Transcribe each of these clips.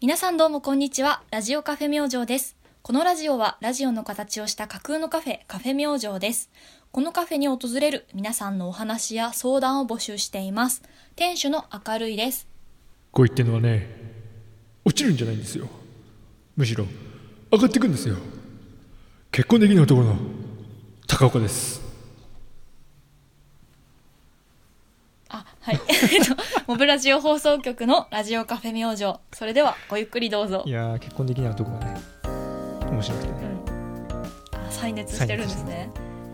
皆さんどうもこんにちは。ラジオカフェ明星です。このラジオはラジオの形をした架空のカフェ明星です。このカフェに訪れる皆さんのお話や相談を募集しています。店主の明るいです。 恋ってのはね、落ちるんじゃないんですよ。むしろ上がっていくんですよ。結婚できない男の高岡です。 はい。モブラジオ放送局のラジオカフェ明星。それではごゆっくりどうぞ。 いやー、結婚できない男がね、面白くてね、 再熱してるんですね。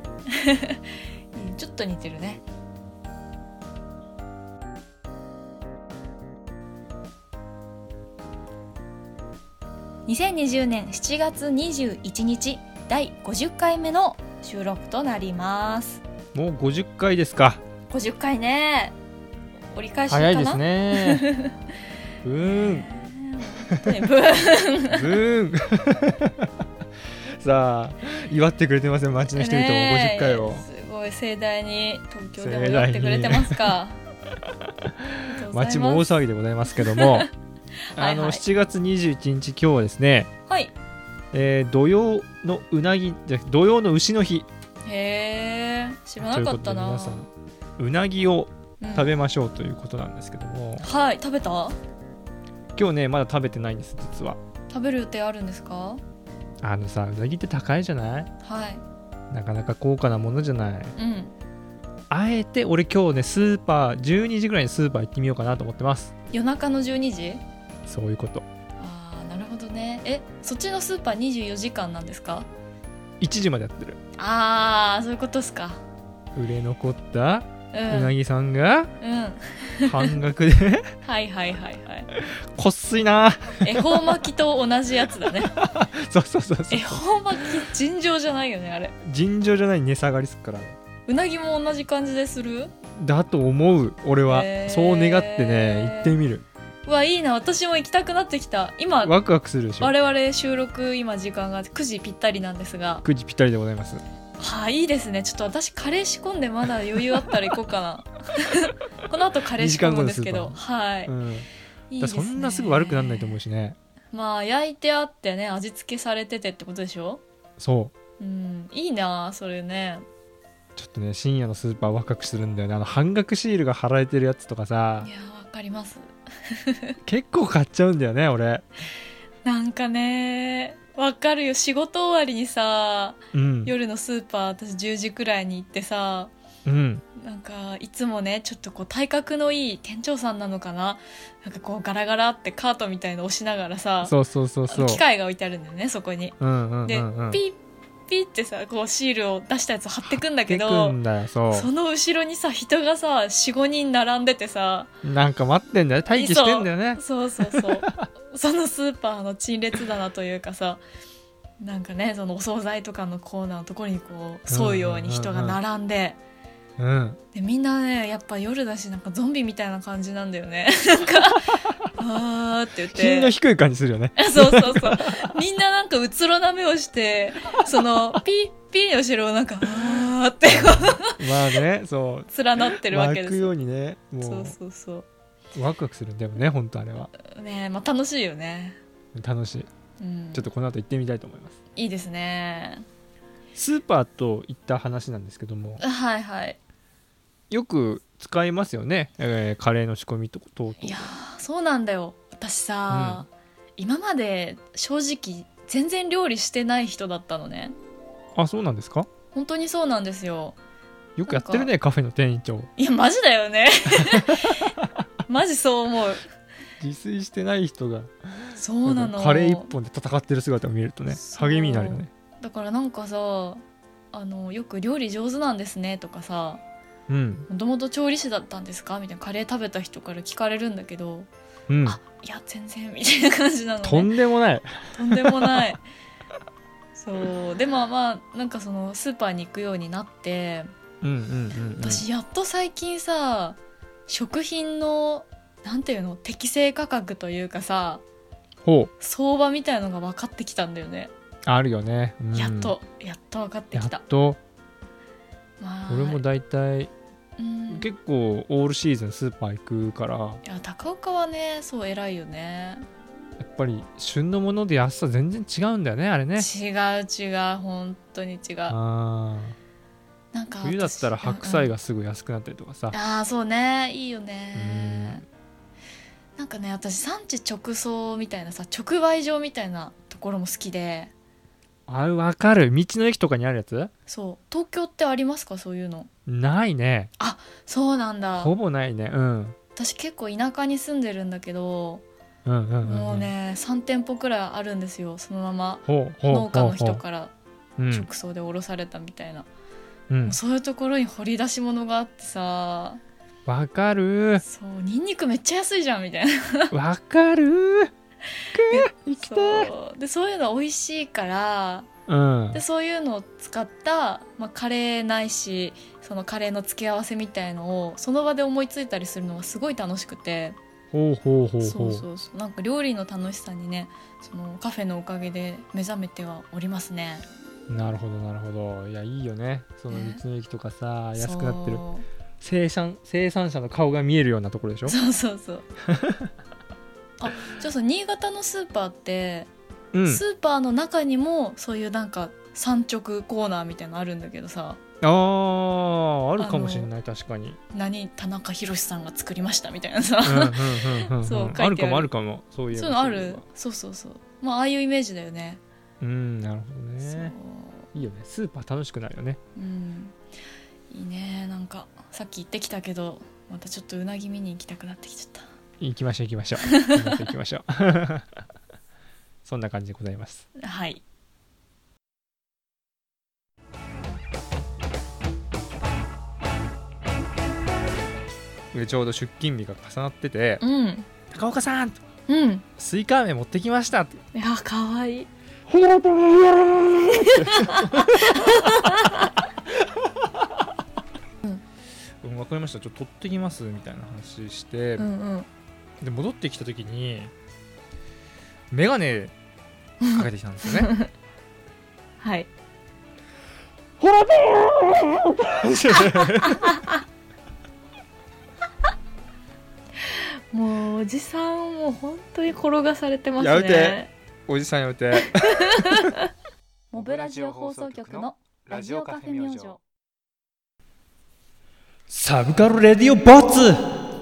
ちょっと似てるね。2020年7月21日第50回目の収録となります。 もう50回ですか。 50回ね。折り返しかな。 早いですね。ブーンブーンさあ、祝ってくれてますよ、街の人々も50回を。 すごい盛大に東京でもやってくれてますか。 街も大騒ぎでございますけども7月21日今日はですね、 はい、 土曜のうなぎじゃ土曜の牛の日。 へー、知らなかったな。 皆さんうなぎを食べましょうということなんですけども、 はい、食べた？ 今日ねまだ食べてないんです。実は食べる予定あるんですか？ さ、うなぎって高いじゃない？ はい。 なかなか高価なものじゃない。 うん。 あえて俺今日ねスーパー12時ぐらいにスーパー行ってみようかなと思ってます。 夜中の12時？ そういうこと。 なるほどね。そっちのスーパー24時間なんですか ？1時までやってる。 そういうことっすか。 売れ残ったうなぎさんが半額ではいはいはいはい。 こっすいな。 恵方巻きと同じやつだね。 そう。 恵方巻き尋常じゃないよね、あれ。 尋常じゃない値下がりすっから。 うなぎも同じ感じでする？ だと思う。俺はそう願ってね行ってみる。 うわ、いいな。私も行きたくなってきた。今ワクワクするでしょ。 我々収録今時間が9時ぴったりなんですが。 9時ぴったりでございます。 いいですね。ちょっと私カレー仕込んでまだ余裕あったら行こうかな。この後カレー仕込むんですけど、はい、いいですね。 そんなすぐ悪くならないと思うしね。 まあ焼いてあってね、味付けされててってことでしょ。 そう、 いいなそれね。 ちょっとね深夜のスーパーワクワクするんだよね。半額シールが貼られてるやつとかさ。 いやわかります。 結構買っちゃうんだよね俺。 なんかねわかるよ。仕事終わりにさ、夜のスーパー私10時くらいに行ってさ、なんかいつもねちょっとこう体格のいい店長さんなのかな、なんかこうガラガラってカートみたいの押しながらさ、 そう機械が置いてあるんだよね、そこに。でピッピッってさこうシールを出したやつを貼ってくんだけど、その後ろにさ人がさ 4,5 人並んでてさ、 なんか待ってんだよ、待機してんだよね。 そうそのスーパーの陳列棚というかさ、なんかねそのお惣菜とかのコーナーのところにこう沿うように人が並んで、でみんなねやっぱ夜だしなんかゾンビみたいな感じなんだよね。なんかって言って品の低い感じするよね。 そうみんななんかうつろな目をしてそのピッピーの後ろをなんかってまあね、そう連なってるわけです。 湧くようにね、もうそうワクワクするんだよね本当あれはね。まあ楽しいよね。 楽しい、ちょっとこの後行ってみたいと思います。 いいですね。 スーパーといった話なんですけども、 はいはい、 よく使いますよね、カレーの仕込みと等々。 いやそうなんだよ。私さ、今まで正直全然料理してない人だったのね。 そうなんですか？ 本当にそうなんですよ。 よくやってるねカフェの店員長。 いやマジだよね。マジそう思う。 自炊してない人がそうなの、 カレー一本で戦ってる姿を見るとね励みになるよね。 だからなんかさよく料理上手なんですねとかさ、もともと調理師だったんですかみたいなカレー食べた人から聞かれるんだけど、いや全然みたいな感じなのね。 とんでもないそうでもまあなんかそのスーパーに行くようになって、私やっと最近さ食品のなんていうの適正価格というかさ、相場みたいのが分かってきたんだよね。 あるよね、 やっと分かってきた。 俺もだいたい結構オールシーズンスーパー行くから。 いや高岡はねそう偉いよね。 ぱり旬のもので安さ全然違うんだよね、あれね。 違う本当に違う。なんか冬だったら白菜がすぐ安くなったりとかさ、 ああそうね、いいよね。なんかね、私産地直送みたいなさ、直売所みたいなところも好きで。 わかる。道の駅とかにあるやつ。 そう、東京ってありますか、そういうの。 ないね。 あ、そうなんだ。 ほぼないね。 私結構田舎に住んでるんだけど、もうね3店舗くらいあるんですよ、そのまま農家の人から直送で卸されたみたいな、もうそういうところに掘り出し物があってさ。 わかる。 そう、ニンニクめっちゃ安いじゃんみたいな。 わかる。行きたい。 でそういうの美味しいから、でそういうのを使った、カレーないしそのカレーの付け合わせみたいのをその場で思いついたりするのがすごい楽しくて。そうなんか料理の楽しさにね、そのカフェのおかげで目覚めてはおりますね。 なるほど。いや、いいよね、その道の駅とかさ、安くなってる生産者の顔が見えるようなところでしょ。 そうあ、じゃあさ、新潟のスーパーって、スーパーの中にもそういうなんか産直コーナーみたいなのあるんだけどさ。 あるかもしれない。確かに田中宏さんが作りましたみたいなさ、 そうあるかもそういうのある。そうああいうイメージだよね。 なるほどね。いいよね、スーパー楽しくなるよね。 いいね。なんかさっき行ってきたけど、またちょっとうなぎ見に行きたくなってきちゃった。 行きましょうそんな感じでございます。 はい。 ちょうど出勤日が重なってて、高岡さん、スイカ飴持ってきましたって。 いや、かわいい。 わかりました、ちょっと取ってきますみたいな話して、で戻ってきた時にメガネかけてきたんですよね。 はい。 ほらもうおじさんも本当に転がされてますね。 やめて、おじさんやめて。 モブラジオ放送局のラジオカフェ明星。 サブカルレディオボツ。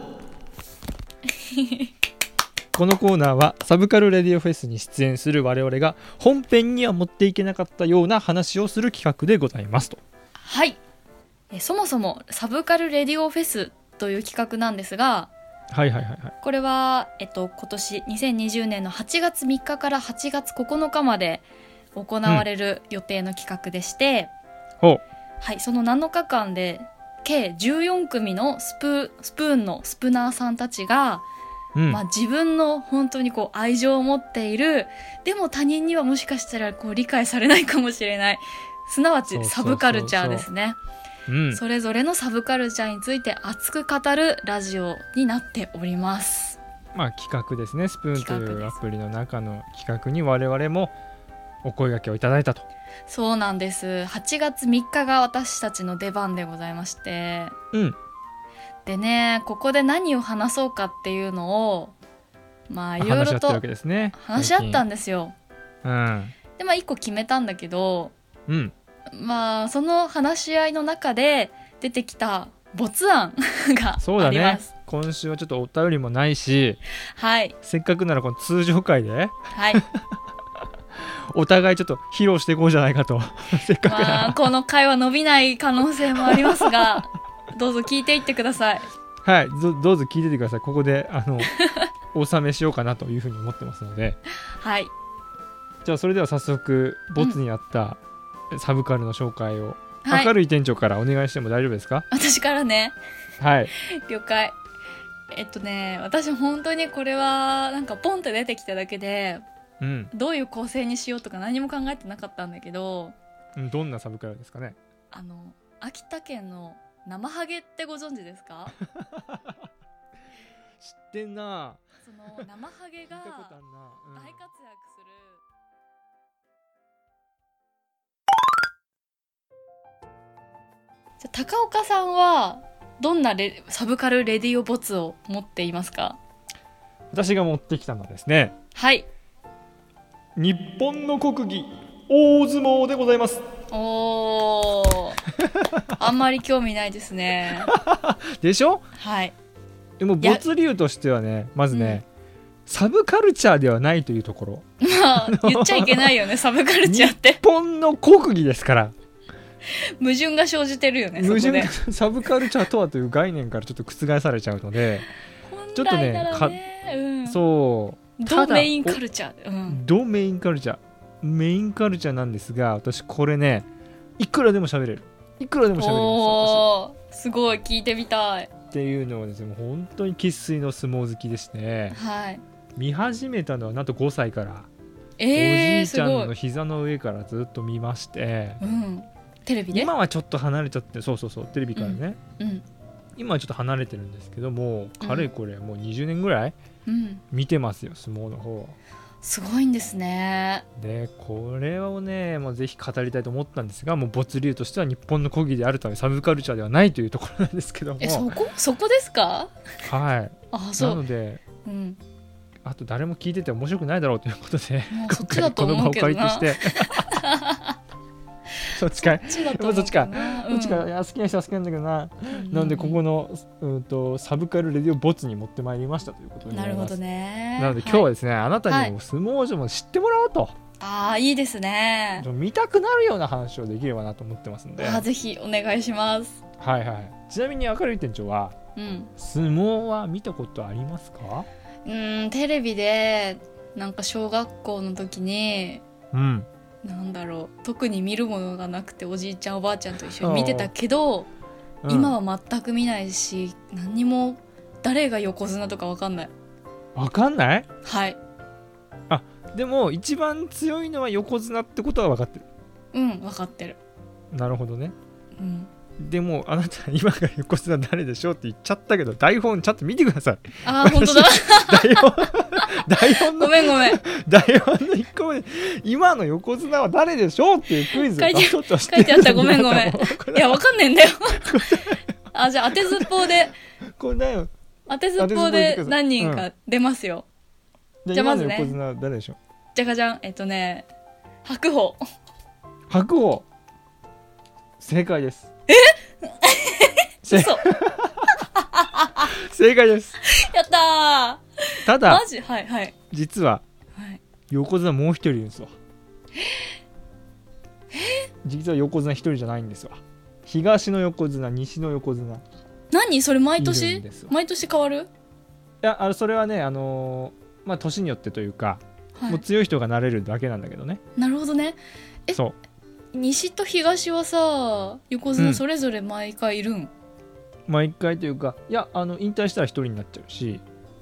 このコーナーはサブカルレディオフェスに出演する我々が本編には持っていけなかったような話をする企画でございますと。 はい。そもそもサブカルレディオフェスという企画なんですが、これは、今年2020年の8月3日から8月9日まで行われる予定の企画でして、はい、その7日間で計14組のスプーンのスプナーさんたちが、自分の本当にこう愛情を持っている、でも他人にはもしかしたらこう理解されないかもしれない、すなわちサブカルチャーですね。それぞれのサブカルチャーについて熱く語るラジオになっております。 企画ですね。スプーンというアプリの中の企画に我々もお声掛けをいただいたと。 そうなんです。8月3日が私たちの出番でございまして、でね、ここで何を話そうかっていうのをいろいろと話し合ったんですよ。で1個決めたんだけど、その話し合いの中で出てきた没案があります。そうだね、 今週はちょっとお便りもないし、せっかくならこの通常回で、お互いちょっと披露していこうじゃないかと。せっかくなら、 この回は伸びない可能性もありますがどうぞ聞いていってください。 どうぞ聞いててください。ここでお納めしようかなというふうに思ってますので、じゃあそれでは早速ボツにあった、サブカルの紹介を、明るい店長からお願いしても大丈夫ですか？ 私からね。了解。私本当にこれはなんかポンって出てきただけで、どういう構成にしようとか何も考えてなかったんだけど、 どんなサブカルですかね？ 秋田県の生ハゲってご存知ですか？ 知ってんな。 その生ハゲが大活躍する。高岡さんはどんなサブカルレディオボツを持っていますか？ 私が持ってきたのはですね、 日本の国技大相撲でございます。 おーあんまり興味ないですねでしょ。 はい。 でも没流としてはね、まずね、サブカルチャーではないというところ。 まあ言っちゃいけないよねサブカルチャーって日本の国技ですから。 矛盾が生じてるよね。 矛盾そこでサブカルチャーとはという概念からちょっと覆されちゃうので、ちょっとね、そうドメインカルチャー、 ドメインカルチャー、メインカルチャーなんですが、私これね、いくらでも喋れる、いくらでも喋れます。 おー、すごい、聞いてみたいっていうのはですね、もう本当に生粋の相撲好きでしてね、 はい、 見始めたのはなんと5歳から、おじいちゃんの膝の上からずっと見まして、 テレビで今はちょっと離れちゃって、そうテレビからね、今はちょっと離れてるんですけども、かれこれもう20年ぐらい見てますよ、相撲の方。 すごいんですね。 でこれをね、もうぜひ語りたいと思ったんですが、もう没流としては日本の国技であるためサブカルチャーではないというところなんですけども。 そこですか。 はい。 そうなので、あと誰も聞いてて面白くないだろうということで、 そっちだと思うけどな。 この場を借りてしてそっちかい。そっちか。どっちか、好きな人は好きなんだけどな。なのでここのサブカルレディオボツに持ってまいりましたということで。 なるほどね。 なので今日はですね、あなたにも相撲上も知ってもらおうと。 いいですね。 見たくなるような話をできればなと思ってますんで。 ぜひお願いします。 はいはい。ちなみに明るい店長は、相撲は見たことありますか？ テレビでなんか小学校の時に、なんだろう、特に見るものがなくておじいちゃんおばあちゃんと一緒に見てたけど、今は全く見ないし、何にも誰が横綱とか分かんない。 分かんない？ はい。 でも一番強いのは横綱ってことは分かってる。分かってる。なるほどね。でもあなた今が横綱誰でしょうって言っちゃったけど、台本ちゃんと見てください。 本当だ。 台本のごめん台本の1個目で今の横綱は誰でしょうっていうクイズを書いてあった。ごめんいやわかんねえんだよじゃあ当てずっぽうでこれだよ。当てずっぽうで何人か出ますよ。じゃあまずね、 横綱誰でしょう。 じゃがじゃん。白鵬。 白鵬正解です。 嘘正解です。 やったー。 ただマジ？はいはい。 実は横綱もう一人いるんですわ。実は横綱一人じゃないんですわ。東の横綱、西の横綱。 何それ？毎年変わる？いや、それはね、年によってというか、もう強い人がなれるだけなんだけどね。 なるほどね。西と東はさ、横綱それぞれ毎回いるん？ 毎回というか、いや、引退したら一人になっちゃうし、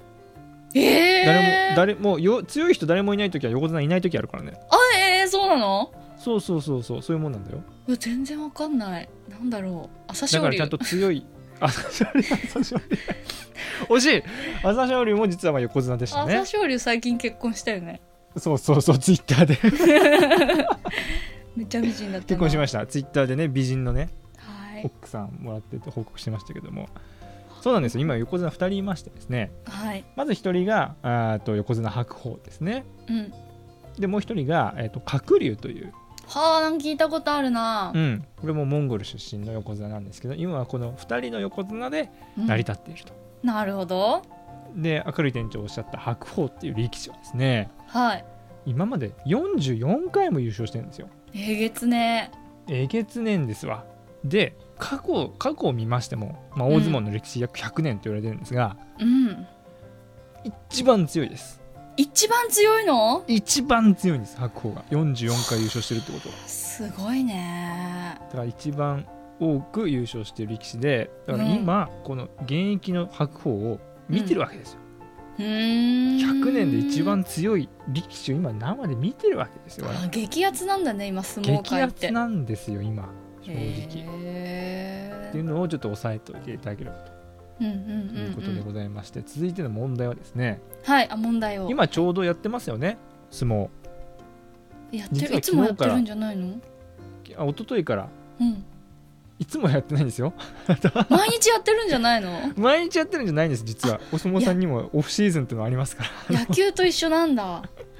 誰も強い人誰もいないときは横綱いないときあるからね。 そうなの？ そういうもんなんだよ。 全然わかんない。なんだろう。朝青龍。 だからちゃんと強い朝青龍惜しい。朝青龍も実は横綱でしたね。 朝青龍最近結婚したよね。 そうツイッターでめっちゃ美人だったな。 結婚しました。ツイッターでね、美人のね、奥さんもらって報告してましたけども、そうなんですよ。今横綱2人いましてですね、まず1人が横綱白鵬ですね。でもう1人が鶴竜という、 なんか聞いたことあるな。 これもモンゴル出身の横綱なんですけど、今はこの2人の横綱で成り立っていると。 なるほど。で、 明るい店長おっしゃった白鵬っていう力士はですね、今まで44回も優勝してるんですよ。 えげつねんですわ。で、過去を見ましても、大相撲の歴史約100年と言われてるんですが、一番強いです。 一番強いの？ 一番強いんです。白鵬が44回優勝してるってことはすごいね。 だから一番多く優勝してる力士で、だから今、この現役の白鵬を見てるわけですよ。100年で一番強い力士を今生で見てるわけですよ。 激アツなんだね今相撲界って。 激アツなんですよ今、正直っていうのをちょっと押さえておいていただければということでございまして、続いての問題はですね、 問題を今ちょうどやってますよね、相撲。 いつもやってるんじゃないの？ 一昨日から、いつもやってないんですよ毎日やってるんじゃないの？ 毎日やってるんじゃないんです。実はお相撲さんにもオフシーズンってのありますから野球と一緒なんだ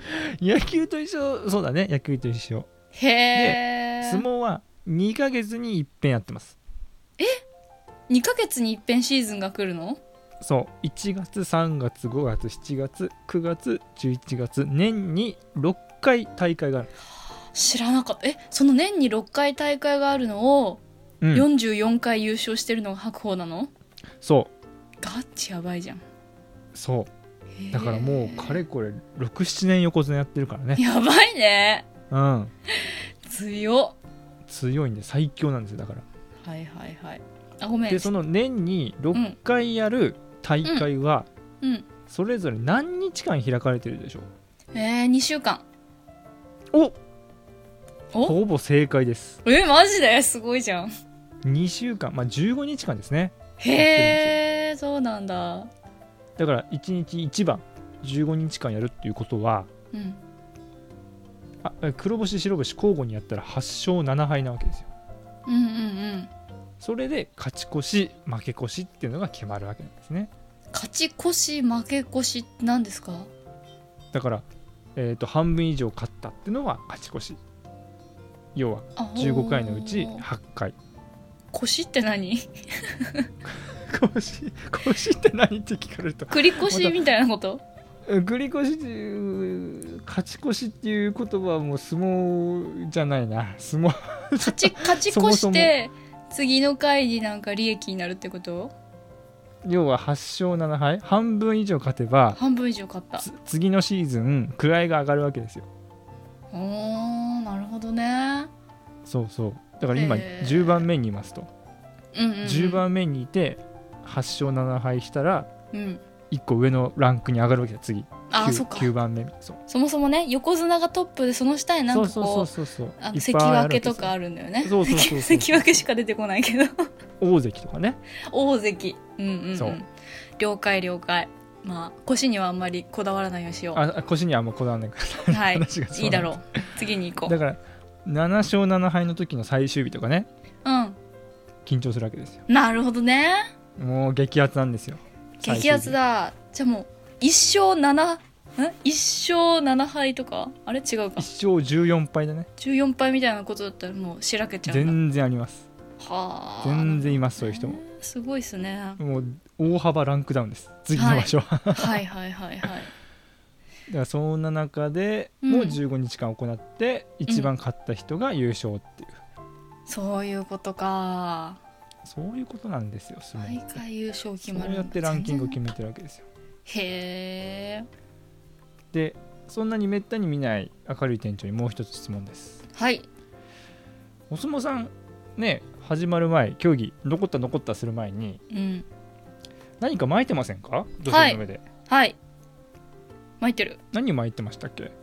野球と一緒。そうだね、野球と一緒へえ。 相撲は2ヶ月に一遍やってます。 2ヶ月に一遍シーズンが来るの？ そう、1月3月5月7月9月11月、年に6回大会がある。 知らなかった。その年に6回大会があるのを、44回優勝してるのが白鵬なの？ そう。 ガチやばいじゃん。 そうだからもうかれこれ 6,7 年横綱やってるからね。 やばいね。強いんで、最強なんですよ。だからはいはいはい。あ、ごめん。 でその年に6回やる大会はそれぞれ何日間開かれてるでしょう ？2週間。 ほぼ正解です。 マジですごいじゃん。 2週間、15日間ですね。 へえ、そうなんだ。 だから1日1番15日間やるっていうことは、黒星白星交互にやったら8勝7敗なわけですよ。それで勝ち越し負け越しっていうのが決まるわけなんですね。 勝ち越し負け越しって何ですか？ だから、半分以上勝ったっていうのは勝ち越し。要は15回のうち8回。 腰って何？ 腰って何って聞かれると、 繰り越しみたいなこと？ 繰り越しっていう、勝ち越しっていう言葉はもう相撲じゃないな。相撲勝ち越して次の回になんか利益になるってこと？ 要は8勝7敗、半分以上勝てば半分以上勝った、 次のシーズン位が上がるわけですよ。 なるほどね。 そうそう。だから今10番目にいますと、10番目にいて8勝7敗したら1個上のランクに上がるわけだ。次9番目。 そもそもね、横綱がトップでその下になんかこう関脇とかあるんだよね。関脇しか出てこないけど大関とかね。 大関。了解了解。腰にはあんまりこだわらないようにしよう。 腰にはあんまこだわらないから、 はい、いいだろう。次に行こう。 だから7勝7敗の時の最終日とかね、緊張するわけですよ。 なるほどね。 もう激アツなんですよ。 激アツだ。じゃあもう1勝7敗とか、あれ違うか、 1勝14敗だね。 14敗みたいなことだったらもうしらけちゃう。 全然あります。全然います、そういう人も。 すごいっすね。 もう大幅ランクダウンです、次の場所は。 はいはいはいはい。 だからそんな中でもう15日間行って、一番勝った人が優勝っていう、 そういうことか。 そういうことなんですよ。 毎回優勝決まる。 そうやってランキングを決めてるわけですよ。 へえ。 でそんなにめったに見ない明るい店長にもう一つ質問です。 はい。 お相撲さんね、始まる前、競技残ったする前に、何か巻いてませんか？土俵の上で。 はい巻いてる。 何巻いてましたっけ？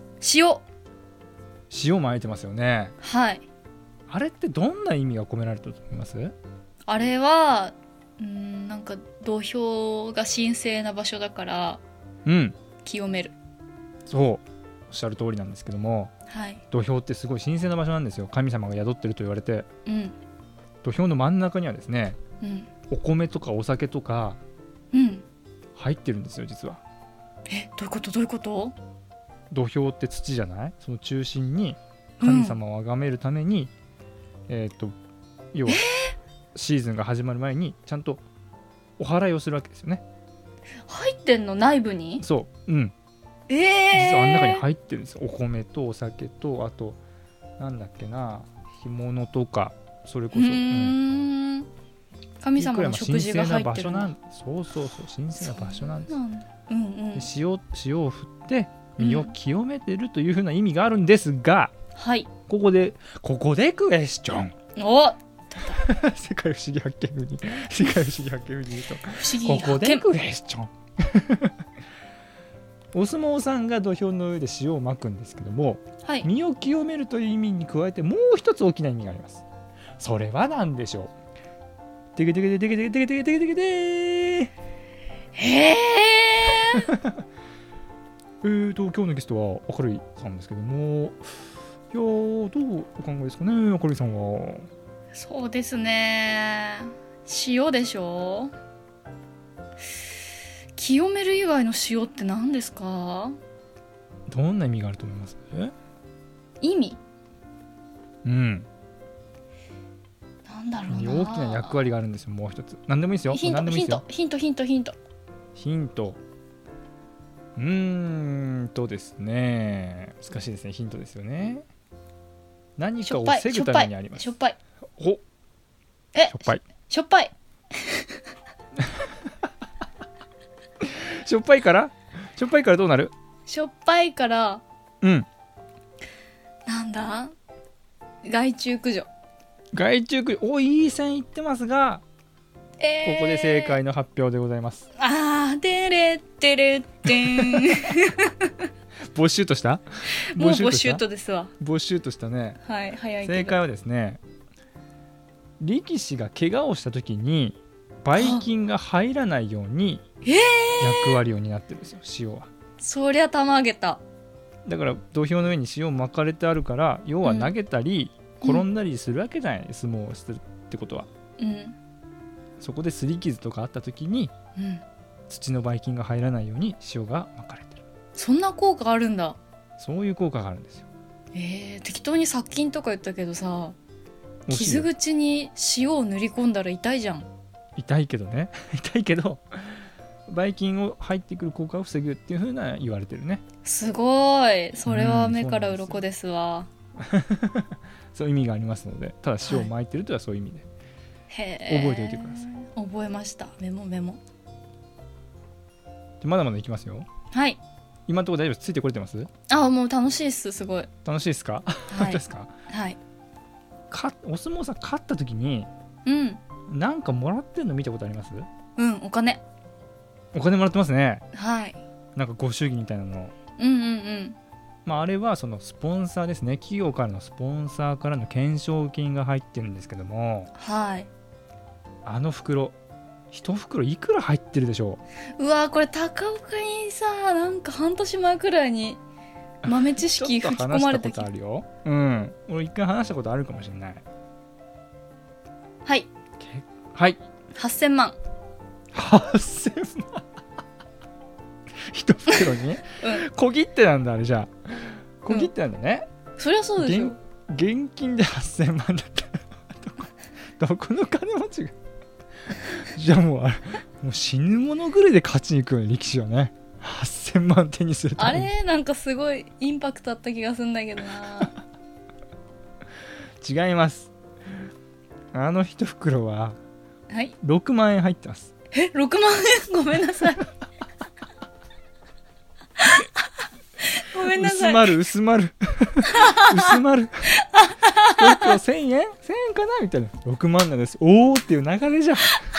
塩巻いてますよね。 はい。 あれってどんな意味が込められてると思います？ あれはなんか土俵が神聖な場所だから、清める。そうおっしゃる通りなんですけども、土俵ってすごい神聖な場所なんですよ。神様が宿ってると言われて、土俵の真ん中にはですね、お米とかお酒とか入ってるんですよ、実は。 どういうこと？ 土俵って土じゃない？その中心に神様を崇めるために、要はシーズンが始まる前にちゃんとお祓いをするわけですよね。 入ってんの？内部に？ そう、実はあん中に入ってるんですよ。お米とお酒と、あとなんだっけな、干物とか、それこそ神様の食事が入ってるんだ。 そう神聖な場所なんです。塩を振って身を清めてるというふうな意味があるんですが、ここでクエスチョン。世界不思議発見風に言うと、ここでクエスチョン。お相撲さんが土俵の上で塩をまくんですけども、身を清めるという意味に加えてもう一つ大きな意味があります。それは何でしょう？テケテケテケテケテケテケテケテケテへー。今日のゲストは明るいさんですけども、いやどうお考えですかね、明るいさんは。 そうですね、塩でしょ。清める以外の塩って何ですか？ どんな意味があると思います？ 意味うんなんだろうな。 大きな役割があるんですよ。もう一つ何でもいいですよ。 ヒント何でもいいですよ。 ヒントヒントヒントヒントですね、難しいですね。ヒントですよね。何かを防ぐためにあります。 しょっぱいおしょっぱいしょっぱいしょっぱいからどうなる？ しょっぱいからうんなんだ害虫駆除。 お、いい線いってますが、ここで正解の発表でございます。 てれってれってんボッシュートした？ もうボッシュートですわ。 ボッシュートしたね。 はい、早いけど。 正解はですね、力士が怪我をした時にばい菌が入らないように役割を担ってるんですよ、塩は。 そりゃたまげた。 だから土俵の上に塩巻かれてあるから、要は投げたり、転んだりするわけじゃない、相撲をするってことは。そこですり傷とかあった時に、土のばい菌が入らないように塩が巻かれてる。 そんな効果あるんだ。 そういう効果があるんですよ。 適当に殺菌とか言ったけどさ、傷口に塩を塗り込んだら痛いじゃん。 痛いけどね痛いけどばい菌を入ってくる効果を防ぐっていう風な言われてるね。 すごい、それは目から鱗ですわ。 そういう意味がありますので、ただ塩を巻いてるとはそういう意味で、覚えておいてください。 覚えました。メモメモ。 まだまだいきますよ。 はい。 今のところ大丈夫です？ついてこれてます？ もう楽しいっす。すごい楽しいですか？本当ですか？ はい。 お相撲さん勝った時になんかもらってんの見たことあります？お金もらってますね。 はい。 なんかご祝儀みたいなの。あれはそのスポンサーですね。企業からのスポンサーからの懸賞金が入ってるんですけども、 はい。 あの袋一袋いくら入ってるでしょう。うわ、これ高岡にさ、なんか半年前くらいに豆知識吹き込まれたことあるよ。俺一回話したことあるかもしれない。 はい 8000 万一袋に小切手なんだ。あれじゃあ小切手なんだね。 そりゃそうでしょ。 現金で8000万だったらどこの金持ちがじゃあもう死ぬものぐらいで勝ちに行くよね、力士はね。8000万手にするために。 あれなんかすごいインパクトあった気がするんだけどな違います。あの一袋は 6 万円入ってます。 6万円ごめんなさいごめんなさい。 薄まる1袋1000円かなみたいな。6万なんです。おーっていう流れじゃん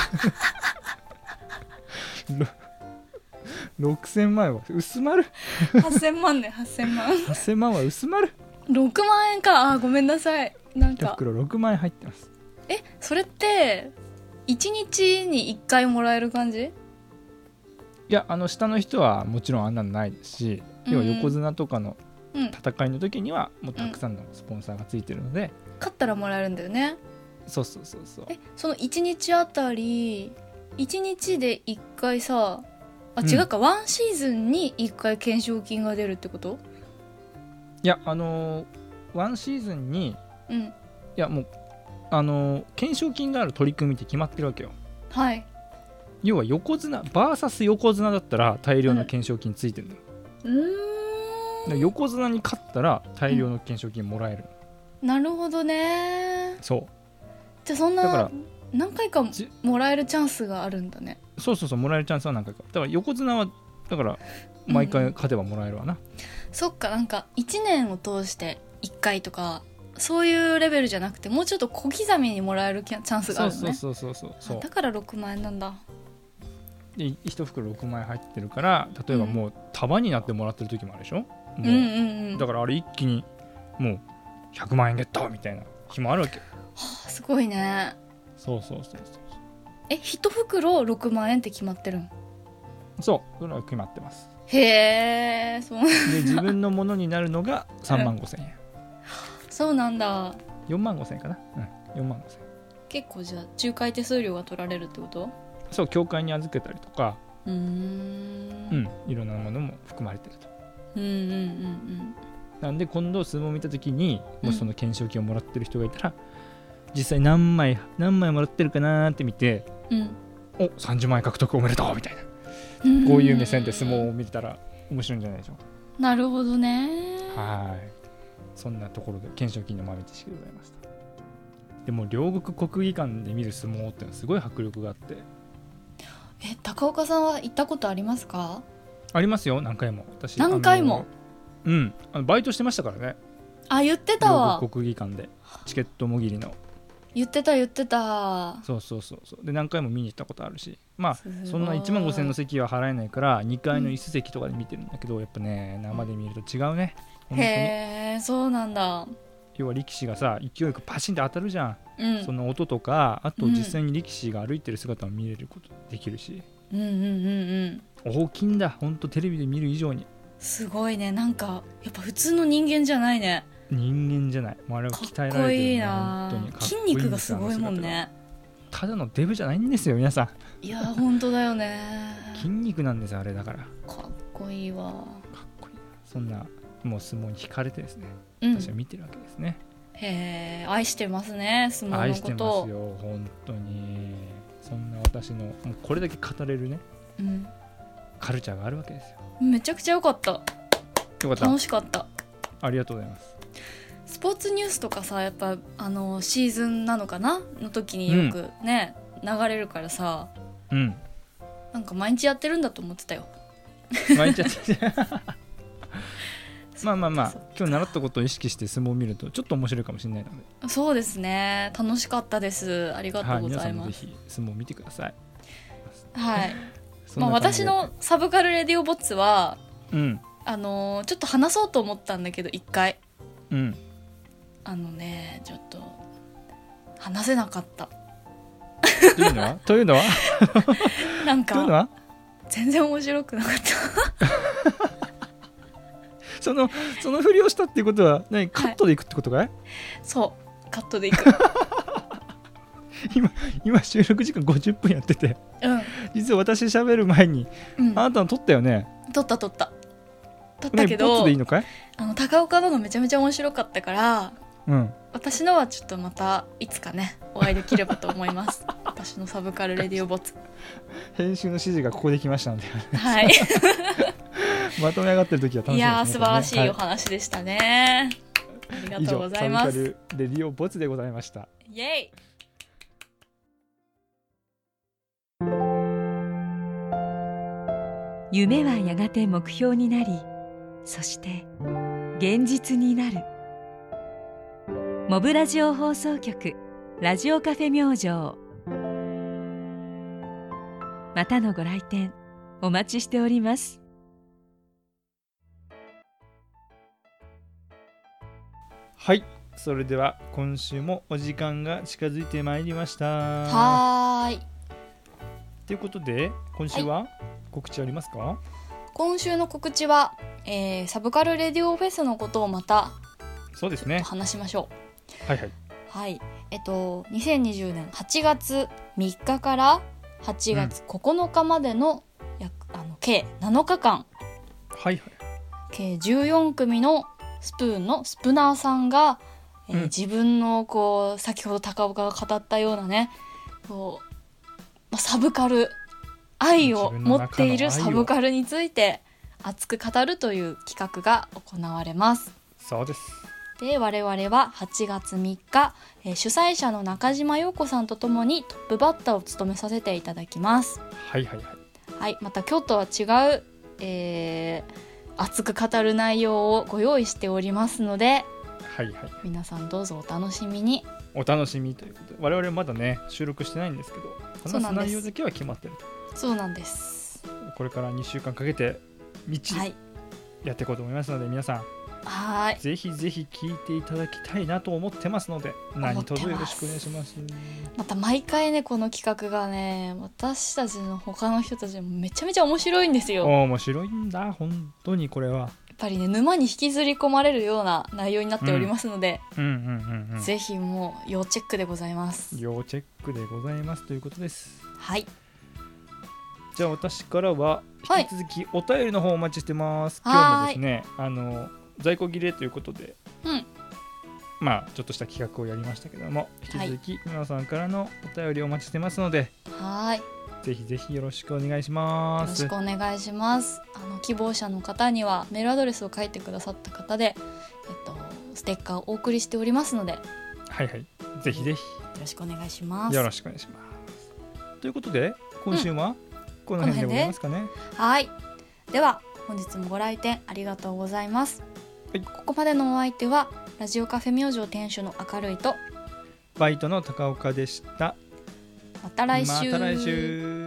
6000万は薄まる。 8000万ね。8000万は薄まる。 6万円か。ごめんなさい。なんか 1袋6万円入ってます。 それって1日に1回もらえる感じ？ いや、下の人はもちろんあんなのないですし、要は横綱とかの戦いの時にはもうたくさんのスポンサーがついてるので、 勝ったらもらえるんだよね。 そう。その1日あたり1日で1回さ、違うか、ワンシーズンに1回懸賞金が出るってこと？ いや、ワンシーズンに、いやもう懸賞金がある取り組みって決まってるわけよ。 はい。 要は横綱 VS 横綱だったら大量の懸賞金ついてるのよ。横綱に勝ったら大量の懸賞金もらえる。 なるほどね。 そう。 じゃあそんな何回かもらえるチャンスがあるんだね。 そうもらえるチャンスは何回か。だから横綱はだから毎回勝てばもらえるわな。そっか、なんか1年を通して1回とかそういうレベルじゃなくて、もうちょっと小刻みにもらえるチャンスがあるのね。そうだから6万円なんだ。 で1袋6万円入ってるから、例えばもう束になってもらってる時もあるでしょ。だからあれ一気にもう100万円ゲットみたいな日もあるわけ。 すごいね。そう。1袋6万円って決まってるん？ そう、それは決まってます。 へえ。そうで自分のものになるのが3万5千円。 そうなんだ。 4万5千円かな。4万5千円。 結構じゃあ仲介手数料が取られるってこと？ そう、協会に預けたりとか、いろんなものも含まれてると。 うんうんうんうん。 なんで今度相撲を見た時にもしその懸賞金をもらってる人がいたら、実際何枚もらってるかなって見て、お30万円獲得おめでとうみたいな、こういう目線で相撲を見てたら面白いんじゃないでしょうか。 なるほどね。 はい、そんなところで懸賞金の豆知識でございました。でも両国国技館で見る相撲ってのはすごい迫力があって。 高岡さんは行ったことありますか？ ありますよ、何回も。私何回も。 バイトしてましたからね。 言ってたわ。 両国国技館でチケットもぎりの。 言ってた。 そうで何回も見に行ったことあるし、まあそんな1万5,000円の席は払えないから2階の椅子席とかで見てるんだけど、やっぱね生で見ると違うね。 へえ、そうなんだ。 要は力士がさ勢いよくパシンって当たるじゃん、その音とか、あと実際に力士が歩いてる姿を見れることできるし、大きいんだ、ほんとテレビで見る以上に。 すごいね。なんかやっぱ普通の人間じゃないね。 人間じゃない、もうあれは鍛えられてる、ね、 かっこいいな。 本当にかっこいい。 筋肉がすごいもんね。 ただのデブじゃないんですよ皆さん。いや本当だよね。 筋肉なんですあれだから。 かっこいいわ。かっこいい。そんなもう相撲に惹かれてですね、私は見てるわけですね。 へえ、愛してますね相撲のこと。 愛してますよ本当に。そんな私のもうこれだけ語れるね、カルチャーがあるわけですよ。 めちゃくちゃ良かった。楽しかった。 ありがとうございます。 スポーツニュースとかさ、やっぱシーズンなのかなの時によくね、流れるからさ、なんか毎日やってるんだと思ってたよ。 毎日やってるまあ今日習ったことを意識して相撲を見るとちょっと面白いかもしれないので。 そうですね、楽しかったです。ありがとうございます。 皆さんもぜひ相撲を見てください。 はい私のサブカルレディオボッツは、ちょっと話そうと思ったんだけど一回、ちょっと話せなかった。 というのはなんか全然面白くなかったそのふりをしたっていうことは何、カットでいくってことかい？ そうカットでいく今収録時間50分やってて、実は私喋る前に、あなたの撮ったよね。 撮ったけど、 ボツでいいのかい？ 高岡のがめちゃめちゃ面白かったから、私のはちょっとまたいつかねお会いできればと思います私のサブカルレディオボツ。 編集の指示がここできましたのではいまとめ上がってる時は楽しみですね。 いや素晴らしいお話でしたね、ありがとうございます。 以上サブカルレディオボツでございました。 イエイ。 夢はやがて目標になり、そして現実になる。モブラジオ放送局ラジオカフェ明星、またのご来店お待ちしております。 はい、それでは今週もお時間が近づいてまいりました。 はーい。 ということで今週は告知ありますか？ 今週の告知は、サブカルレディオフェスのことをまたそうですね話しましょう。 2020年8月3日から8月9日までの、計7日間、計14組のスプーンのスプナーさんが、自分のこう先ほど高岡が語ったようなね、こうサブカル愛を持っているサブカルについて熱く語るという企画が行われます。 そうです。 で我々は8月3日、主催者の中島陽子さんとともにトップバッターを務めさせていただきます。また今日とは違う、熱く語る内容をご用意しておりますので、皆さんどうぞお楽しみに。 お楽しみということで、我々まだね収録してないんですけど、話す内容だけは決まってると。 そうなんです。 これから2週間かけてみっちりやっていこうと思いますので、皆さんぜひぜひ聞いていただきたいなと思ってますので、何卒よろしくお願いします。 また毎回ねこの企画がね、私たちの他の人たちもめちゃめちゃ面白いんですよ。 面白いんだ本当に。これはやっぱりね沼に引きずり込まれるような内容になっておりますので、ぜひもう要チェックでございます。 要チェックでございますということです。 はい。 じゃあ私からは引き続きお便りの方お待ちしてます。今日もですね在庫切れということで、まあちょっとした企画をやりましたけども、引き続き皆さんからのお便りをお待ちしてますので、ぜひぜひよろしくお願いします。 よろしくお願いします。希望者の方にはメールアドレスを書いてくださった方で、ステッカーをお送りしておりますので、 はいはい、ぜひぜひよろしくお願いします。 よろしくお願いします。ということで今週はこの辺でございますかね。 はい、では本日もご来店ありがとうございます。ここまでのお相手はラジオカフェ明星店主の明るいとバイトの高岡でした。 また来週。 また来週。